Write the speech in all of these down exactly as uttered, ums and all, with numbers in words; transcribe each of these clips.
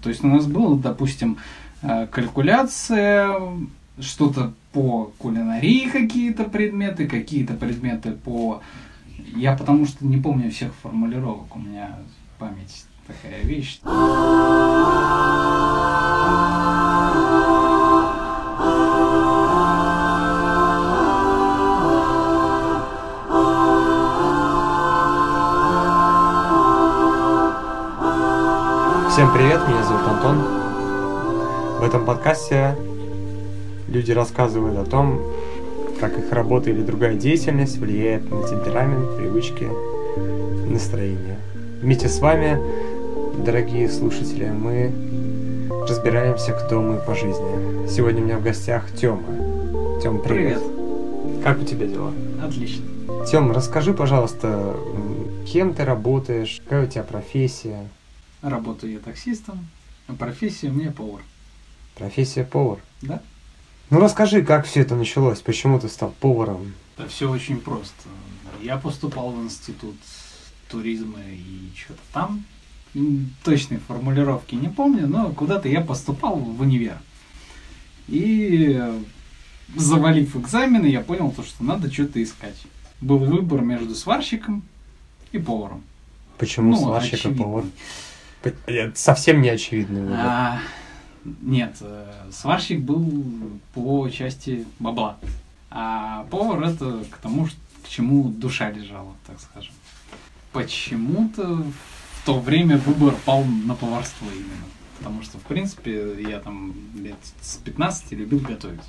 То есть у нас было, допустим, калькуляция, что-то по кулинарии, какие-то предметы, какие-то предметы по... Я потому что не помню всех формулировок, у меня память такая вещь. Всем привет, меня зовут Антон. В этом подкасте люди рассказывают о том, как их работа или другая деятельность влияет на темперамент, привычки, настроение. Вместе с вами, дорогие слушатели, мы разбираемся, кто мы по жизни. Сегодня у меня в гостях Тёма. Тём, привет. Привет. Как у тебя дела? Отлично. Тём, расскажи, пожалуйста, кем ты работаешь, какая у тебя профессия? Работаю я таксистом, а профессия у меня повар. Профессия повар? Да. Ну расскажи, как все это началось, почему ты стал поваром? Да все очень просто. Я поступал в институт туризма и что-то там. Точной формулировки не помню, но куда-то я поступал в универ. И завалив экзамены, я понял, что надо что-то искать. Был выбор между сварщиком и поваром. Почему ну, сварщик очевидный. и повар? Совсем не очевидный выбор. А, нет, сварщик был по части бабла, а повар это к тому, к чему душа лежала, так скажем. Почему-то в то время выбор пал на поварство именно, потому что, в принципе, я там лет с пятнадцати любил готовить.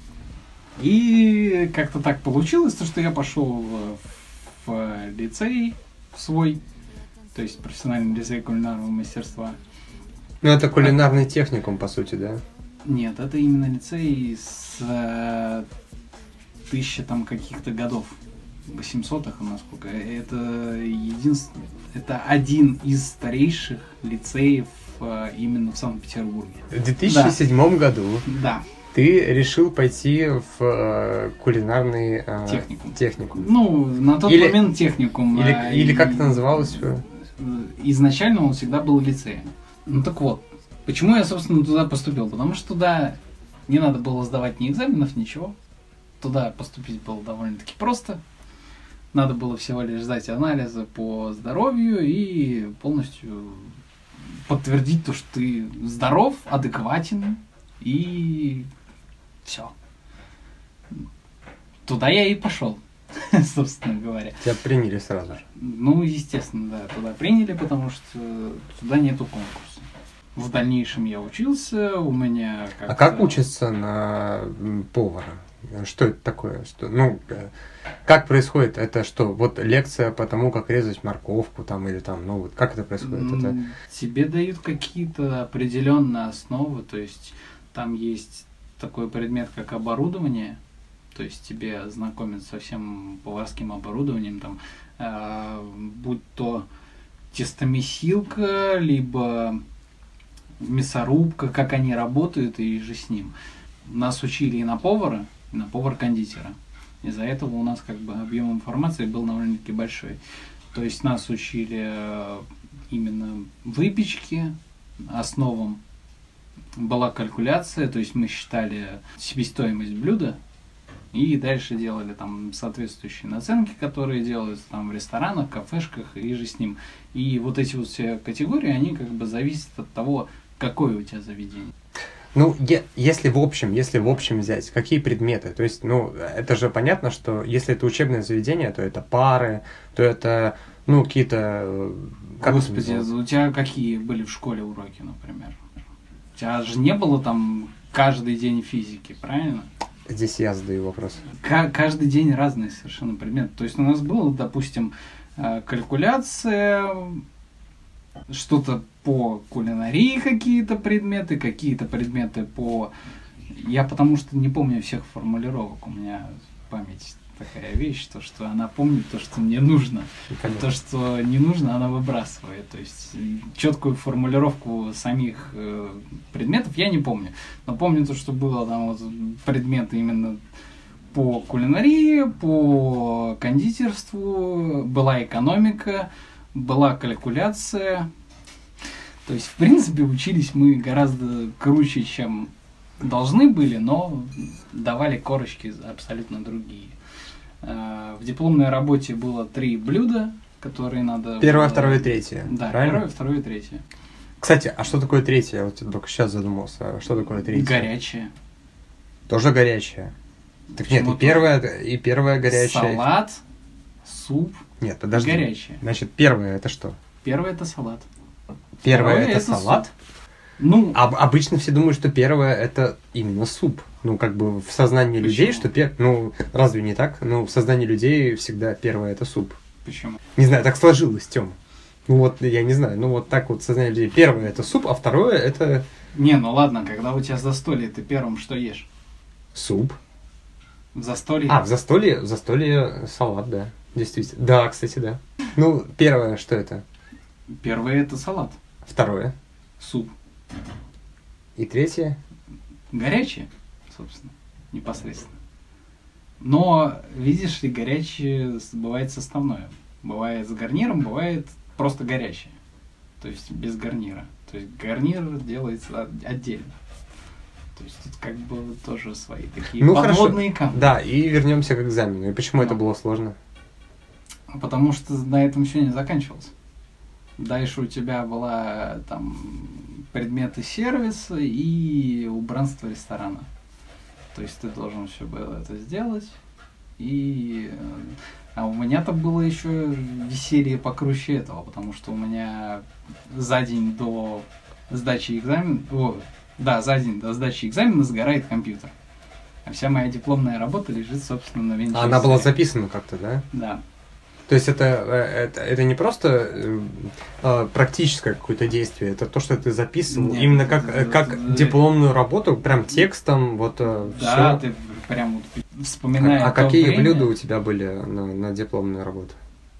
И как-то так получилось, что я пошел в, в лицей в свой, то есть профессиональный лицей кулинарного мастерства. Ну, это кулинарный техникум, по сути, да? Нет, это именно лицей с э, тысячи там каких-то годов, восьмисотых, насколько. Это единственный, это один из старейших лицеев э, именно в Санкт-Петербурге. В две тысячи седьмом да. году да. ты решил пойти в э, кулинарный э, техникум. техникум. Ну, на тот или, момент техникум. Или, э, или как и, это называлось? Изначально он всегда был лицеем. Ну так вот, почему я, собственно, туда поступил? Потому что туда не надо было сдавать ни экзаменов, ничего. Туда поступить было довольно-таки просто. Надо было всего лишь сдать анализы по здоровью и полностью подтвердить то, что ты здоров, адекватен и все. Туда я и пошел, собственно говоря. Тебя приняли сразу же? Ну, естественно, да, туда приняли, потому что туда нету конкурса. В дальнейшем я учился, у меня как-то... А как учиться на повара? Что это такое? Что, ну, как происходит? Это что, вот лекция по тому, как резать морковку там или там, ну вот как это происходит? Это... Тебе дают какие-то определенные основы, то есть там есть такой предмет, как оборудование, то есть тебе знакомят со всем поварским оборудованием, там, э, будь то тестомесилка, либо мясорубка, как они работают и же с ним. Нас учили и на повара, и на повар-кондитера. Из-за этого у нас как бы объем информации был довольно-таки большой. То есть нас учили именно выпечки, основам была калькуляция, то есть мы считали себестоимость блюда и дальше делали там соответствующие наценки, которые делаются там в ресторанах, кафешках и же с ним. И вот эти вот все категории, они как бы зависят от того, какое у тебя заведение. Ну, е- если в общем, если в общем взять, какие предметы? То есть, ну, это же понятно, что если это учебное заведение, то это пары, то это, ну, какие-то... Как Господи, у тебя какие были в школе уроки, например? У тебя же не было там каждый день физики, правильно? Здесь я задаю вопрос. К- каждый день разные совершенно предметы. То есть у нас было, допустим, калькуляция, что-то по кулинарии какие-то предметы, какие-то предметы по... Я потому что не помню всех формулировок, у меня память такая вещь, то, что она помнит то, что мне нужно, а то, что не нужно, она выбрасывает. То есть четкую формулировку самих э, предметов я не помню, но помню то, что было там вот предметы именно по кулинарии, по кондитерству, была экономика, была калькуляция. То есть, в принципе, учились мы гораздо круче, чем должны были, но давали корочки абсолютно другие. В дипломной работе было три блюда, которые надо... Первое, было... второе, третье. Да, правильно? первое, второе, третье. Кстати, а что такое третье? Я вот только сейчас задумался. А что такое третье? Горячее. Тоже горячее. Так Почему нет, и тоже? первое, и первое горячее. Салат, суп, Нет, подожди. горячее. Значит, первое это что? Первое это салат. Первое Второе это, это салат? суп. Ну, А обычно все думают, что первое это именно суп. Ну, как бы в сознании людей, Почему? что пер... Ну, разве не так? Ну, в сознании людей всегда первое это суп. почему? Не знаю, так сложилось, Тём. Ну вот, я не знаю, ну вот так вот в сознании людей. Первое это суп, а второе это Не, ну ладно, когда у тебя застолье, ты первым что ешь? суп. В застолье? А, в застолье, в застолье салат, да. Действительно. Да, кстати, да. Ну, первое, что это? Первое это салат, Второе. суп. И третье? Горячее, собственно, непосредственно. Но, видишь ли, горячее с- бывает составное. Бывает с гарниром, бывает просто горячее. То есть без гарнира. То есть гарнир делается от- отдельно. То есть тут как бы тоже свои такие Ну, хорошо. подводные камни. Да, и вернемся к экзамену. И почему это Ну. было сложно? Потому что на этом все не заканчивалось. Дальше у тебя была там предметы сервиса и убранство ресторана. То есть ты должен все было это сделать. И э, а у меня-то было еще веселье покруче этого, потому что у меня за день до сдачи экзамена, о, да, за день до сдачи экзамена сгорает компьютер. А вся моя дипломная работа лежит, собственно, на винчестере. А она была записана как-то, да? Да. То есть это, э, это, это не просто э, э, практическое какое-то действие, это то, что ты записывал Нет, именно как, это- э, как это- дипломную работу, прям текстом, вот э, Да, все. ты прям вот вспоминая А, а то какие время, блюда у тебя были на, на дипломную работу?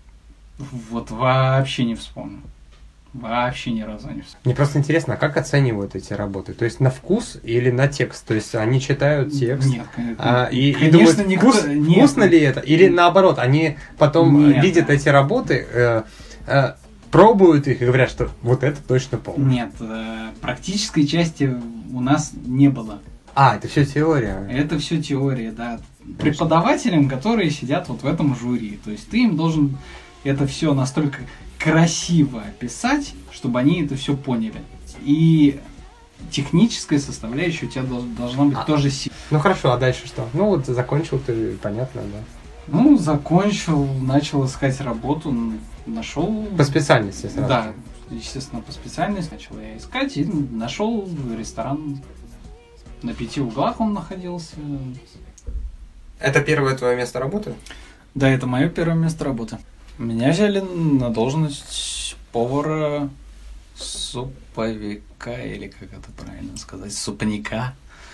Вот вообще не вспомню. Вообще ни разу не вспомню. Мне просто интересно, а как оценивают эти работы? То есть на вкус или на текст? То есть они читают текст, Нет, кон- а, и, и конечно, думают, никто... вкус- нет. вкусно ли это? Или наоборот, они потом Нет. видят эти работы, э, э, пробуют их и говорят, что вот это точно повар. Нет, э, практической части у нас не было. А, это все теория. Это все теория, да. Преподавателям, которые сидят вот в этом жюри. То есть ты им должен это все настолько красиво описать, чтобы они это все поняли. И техническая составляющая у тебя дол- должна быть А. тоже сильная. Ну хорошо, а дальше что? Ну вот закончил ты, понятно, да. Ну, закончил, начал искать работу, н- нашел... По специальности сразу. Да, естественно, по специальности начал я искать и нашел ресторан. На пяти углах он находился. Это первое твое место работы? Да, это мое первое место работы. Меня взяли на должность повара суповика, или как это правильно сказать, супника.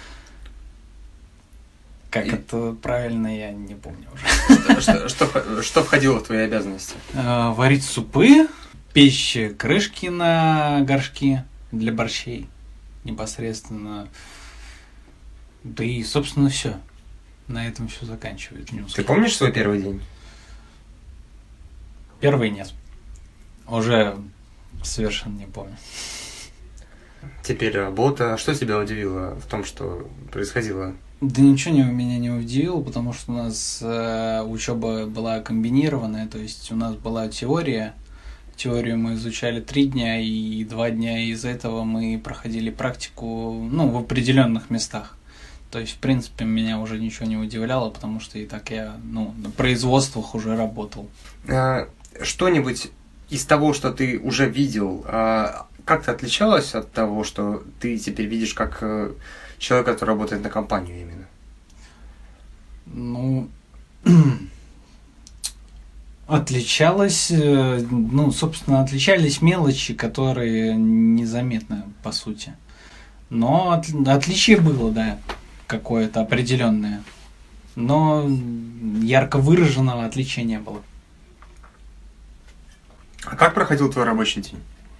Как И- это правильно, я не помню уже. Что, что, что входило в твои обязанности? Э, Варить супы, печь крышки на горшки для борщей непосредственно. Да и, собственно, все. На этом все заканчивается. Ты помнишь свой первый день? Первый нет. Уже совершенно не помню. Теперь работа. Что тебя удивило в том, что происходило? Да ничего не, меня не удивило, потому что у нас э, учеба была комбинированная, то есть у нас была теория. Теорию мы изучали три дня, и два дня из этого мы проходили практику, ну, в определенных местах. То есть, в принципе, меня уже ничего не удивляло, потому что и так я, ну, на производствах уже работал. А, что-нибудь из того, что ты уже видел, а, как-то отличалось от того, что ты теперь видишь как э, человек, который работает на компанию именно? Ну, отличалось, э, ну, собственно, отличались мелочи, которые незаметны, по сути. Но от- отличие было, да, какое-то определенное. Но ярко выраженного отличия не было. А как проходил твой рабочий день?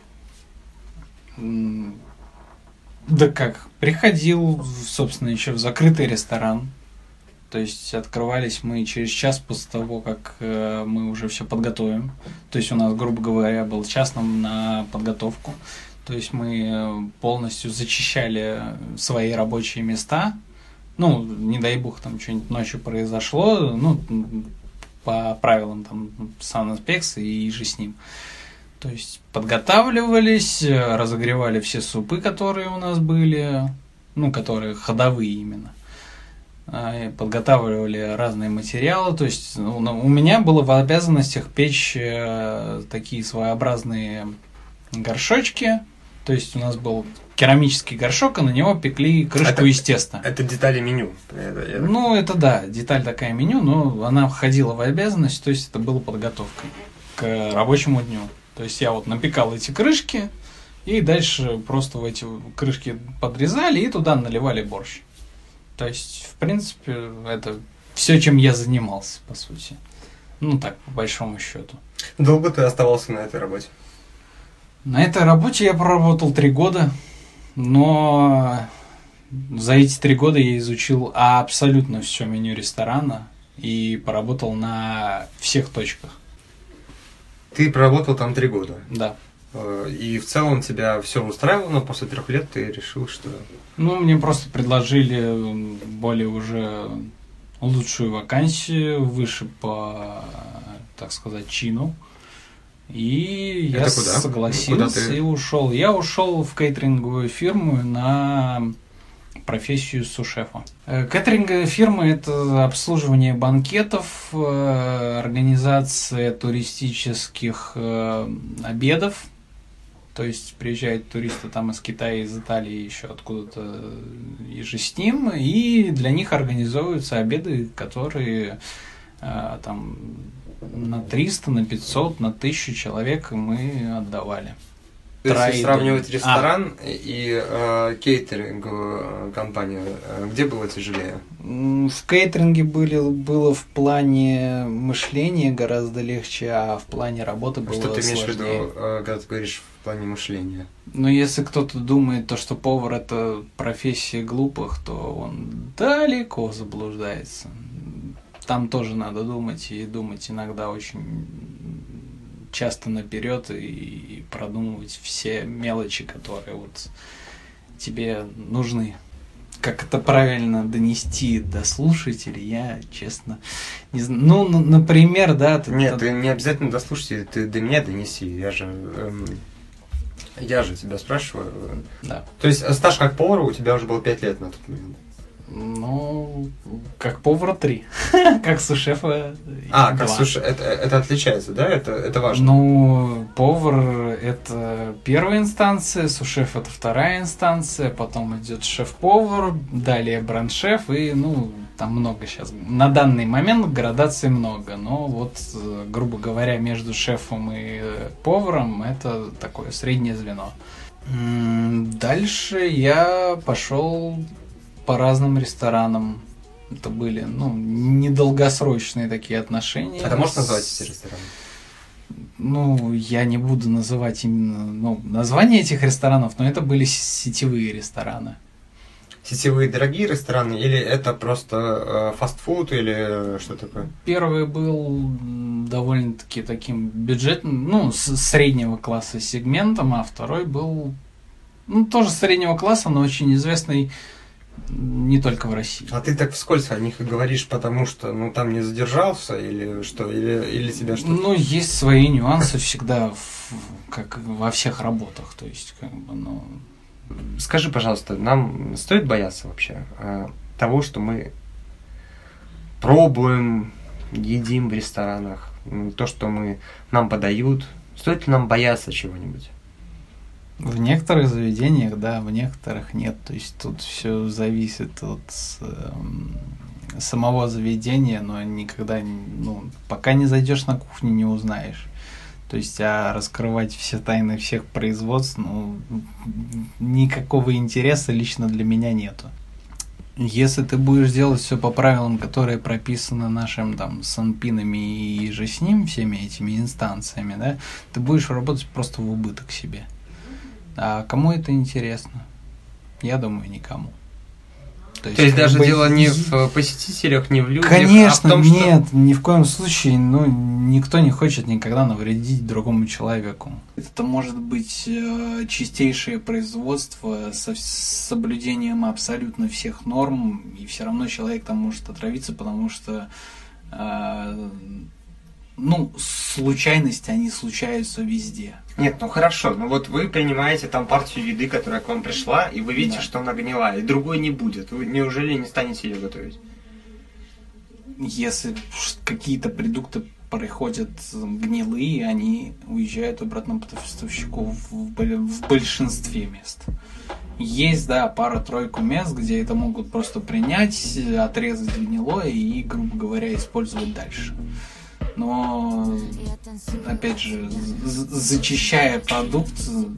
М, Да как, приходил, собственно, еще в закрытый ресторан. То есть открывались мы через час после того, как э, мы уже все подготовим. То есть у нас, грубо говоря, был час нам на подготовку. То есть мы полностью зачищали свои рабочие места. Ну, не дай бог, там что-нибудь ночью произошло, ну, по правилам там санэпекса и же с ним. То есть подготавливались, разогревали все супы, которые у нас были, ну, которые ходовые именно. Подготавливали разные материалы. То есть у меня было в обязанностях печь такие своеобразные горшочки. То есть у нас был керамический горшок, и на него пекли крышку это, из теста. Это детали меню. Это, ну, это да, деталь такая меню, но она входила в обязанность, то есть это было подготовкой к рабочему дню. То есть я вот напекал эти крышки, и дальше просто в эти крышки подрезали и туда наливали борщ. То есть, в принципе, это все, чем я занимался, по сути. Ну так, по большому счету. Долго ты оставался на этой работе? На этой работе я проработал три года, но за эти три года я изучил абсолютно все меню ресторана и поработал на всех точках. Ты проработал там три года? Да. И в целом тебя все устраивало, но после трех лет ты решил, что... Ну, мне просто предложили более уже лучшую вакансию, выше по, так сказать, чину. И это я куда? согласился Куда ты... и ушел. Я ушел в кейтеринговую фирму на профессию су-шефа. Кейтеринговая фирма – это обслуживание банкетов, организация туристических обедов. То есть приезжают туристы там из Китая, из Италии, еще откуда-то и же с ним, и для них организовываются обеды, которые там на триста, на пятьсот, на тысячу человек мы отдавали. То есть, если сравнивать ресторан а. и э, кейтеринговую компанию, где было тяжелее? В кейтеринге были, было в плане мышления гораздо легче, а в плане работы было сложнее. Что ты имеешь в виду, когда ты говоришь в плане мышления? Ну, если кто-то думает, то, что повар – это профессия глупых, то он далеко заблуждается. Там тоже надо думать, и думать иногда очень часто наперед, и продумывать все мелочи, которые вот тебе нужны. Как это правильно донести до слушателей, я, честно, не знаю. Ну, например, да... Ты, Нет, ты не обязательно до слушателей, ты до меня донеси. Я же... Эм, я же тебя спрашиваю. Да. То есть стаж как повара у тебя уже был пять лет на тот момент? Ну, как повара три. Как су-шефа А, два. Как су-шеф. Это, это отличается, да? Это, это важно. Ну, повар – это первая инстанция, су-шеф – это вторая инстанция, потом идет шеф-повар, далее бренд-шеф, и, ну, там много сейчас. На данный момент градаций много, но вот, грубо говоря, между шефом и поваром это такое среднее звено. Дальше я пошел по разным ресторанам. Это были, ну, недолгосрочные такие отношения. А ты можешь назвать эти рестораны? Ну, я не буду называть именно, ну, название этих ресторанов, но это были сетевые рестораны. Сетевые дорогие рестораны или это просто э, фастфуд или что такое? Первый был довольно-таки таким бюджетным, ну, с среднего класса сегментом, а второй был, ну, тоже среднего класса, но очень известный не только в России. А ты так вскользь о них и говоришь, потому что, ну, там не задержался или что, или, или тебя что-то... Ну, есть свои нюансы всегда, в, как во всех работах, то есть, как бы, ну... Скажи, пожалуйста, нам стоит бояться вообще э, того, что мы пробуем, едим в ресторанах, то, что мы, нам подают, стоит ли нам бояться чего-нибудь? В некоторых заведениях, да, в некоторых нет. То есть тут все зависит от э, самого заведения, но никогда, ну, пока не зайдешь на кухню, не узнаешь. То есть, а раскрывать все тайны всех производств, ну, никакого интереса лично для меня нету. Если ты будешь делать все по правилам, которые прописаны нашим там санпинами и же с ним, всеми этими инстанциями, да, ты будешь работать просто в убыток себе. А кому это интересно? Я думаю, никому. То есть, То есть даже бы... дело не в посетителях, не в людях, Конечно, а в том, нет, что... ни в коем случае, ну, никто не хочет никогда навредить другому человеку. Это может быть э, чистейшее производство со соблюдением абсолютно всех норм, и все равно человек там может отравиться, потому что э, ну, случайности, они случаются везде. Нет, ну хорошо, ну вот вы принимаете там партию еды, которая к вам пришла, и вы видите, да. что она гнила, и другой не будет. Вы неужели не станете ее готовить? Если какие-то продукты приходят гнилые, они уезжают обратно по поставщику в, в большинстве мест. Есть, да, пара-тройку мест, где это могут просто принять, отрезать гнилое и, грубо говоря, использовать дальше. Но, опять же, зачищая продукт,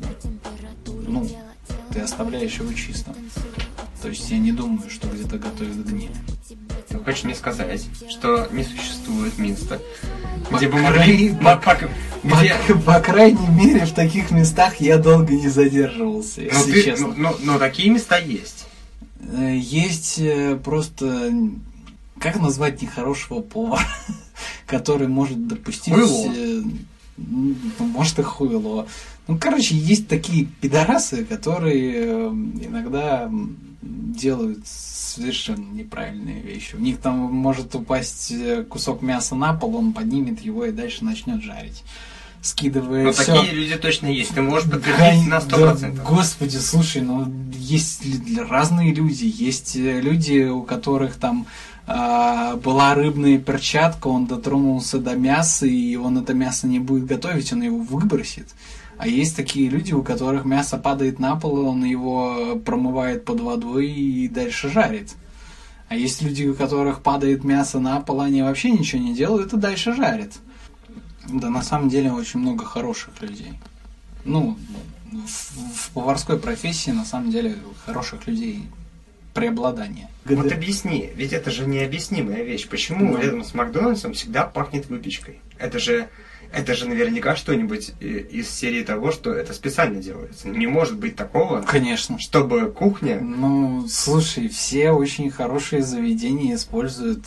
ну, ты оставляешь его чистым. То есть я не думаю, что где-то готовят гниль. Ты хочешь мне сказать, что не существует места, где бы могли... По, по, где... по, по крайней мере, в таких местах я долго не задерживался, если но ты, честно. Но, но, но такие места есть. Есть просто... Как назвать нехорошего повара, который может допустить... Хуйло. Ну, может и хуйло. Ну, короче, есть такие пидорасы, которые иногда делают совершенно неправильные вещи. У них там может упасть кусок мяса на пол, он поднимет его и дальше начнет жарить. Скидывая Но все. такие люди точно есть. Ты можешь подтвердить на сто процентов. Да, господи, слушай, ну есть разные люди. Есть люди, у которых там а, была рыбная перчатка, он дотронулся до мяса, и он это мясо не будет готовить, он его выбросит. А есть такие люди, у которых мясо падает на пол, он его промывает под водой и дальше жарит. А есть люди, у которых падает мясо на пол, они вообще ничего не делают и дальше жарят. Да, на самом деле очень много хороших людей. Ну, в, в поварской профессии на самом деле хороших людей преобладание. Вот объясни, ведь это же необъяснимая вещь. Почему да. рядом с Макдональдсом всегда пахнет выпечкой? Это же, это же наверняка что-нибудь из серии того, что это специально делается. Не может быть такого, конечно, чтобы кухня... Ну, слушай, все очень хорошие заведения используют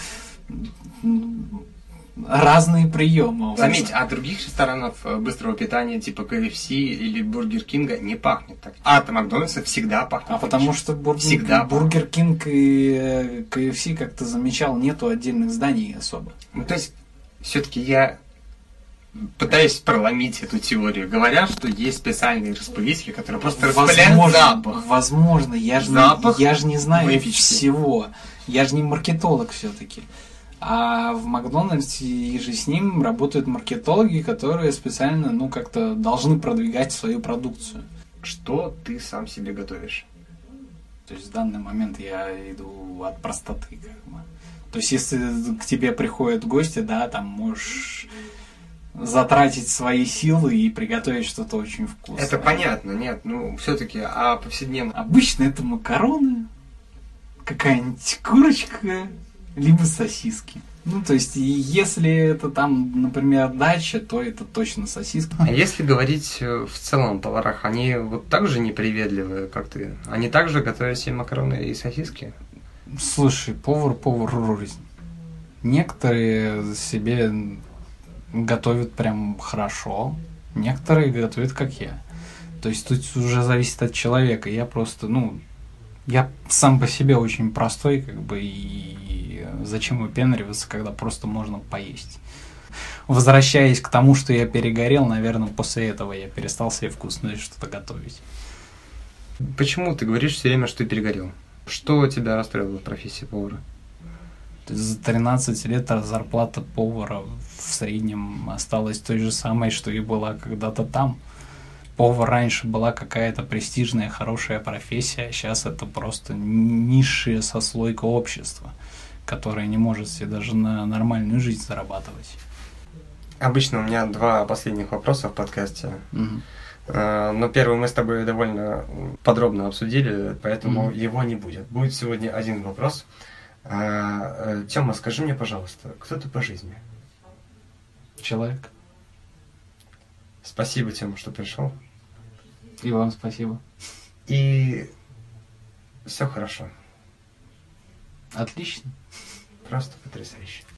разные приемы. Заметь, от других ресторанов быстрого питания, типа кей эф си или Бургер Кинга, не пахнет так. А от Макдональдса всегда пахнет. А потому что Бургер, Бургер Кинг и кей эф си, как ты замечал, нету отдельных зданий особо. Ну, то есть, все-таки я пытаюсь проломить эту теорию. Говорят, что есть специальные распылители, которые просто распыляют запах. Возможно, я же не, я же не знаю выпечки. Всего. Я же не маркетолог все-таки. А в Макдональдсе и же с ним работают маркетологи, которые специально, ну, как-то должны продвигать свою продукцию. Что ты сам себе готовишь? То есть в данный момент я иду от простоты, как бы. То есть если к тебе приходят гости, да, там можешь затратить свои силы и приготовить что-то очень вкусное. Это понятно, нет, ну, все-таки, а повседневно? Обычно это макароны, какая-нибудь курочка, либо сосиски. Ну, то есть, если это там, например, дача, то это точно сосиска. А если говорить в целом о поварах, они вот так же неприветливые, как ты? Они также готовят себе макароны и сосиски? Слушай, повар повару рознь. Некоторые себе готовят прям хорошо, некоторые готовят как я. То есть, тут уже зависит от человека. Я просто, ну, я сам по себе очень простой, как бы, и зачем выпендриваться, когда просто можно поесть. Возвращаясь к тому, что я перегорел, наверное, после этого я перестал себе вкусное что-то готовить. Почему ты говоришь все время, что ты перегорел? Что тебя расстроило в профессии повара? За тринадцать лет зарплата повара в среднем осталась той же самой, что и была когда-то там. Повар раньше была какая-то престижная, хорошая профессия, а сейчас это просто низшая сослойка общества, которая не может себе даже на нормальную жизнь зарабатывать. Обычно у меня два последних вопроса в подкасте. Угу. Но первый мы с тобой довольно подробно обсудили, поэтому угу. его не будет. Будет сегодня один вопрос. Тёма, скажи мне, пожалуйста, кто ты по жизни? Человек. Спасибо, Тёма, что пришел. И вам спасибо. И все хорошо. Отлично. Просто потрясающе.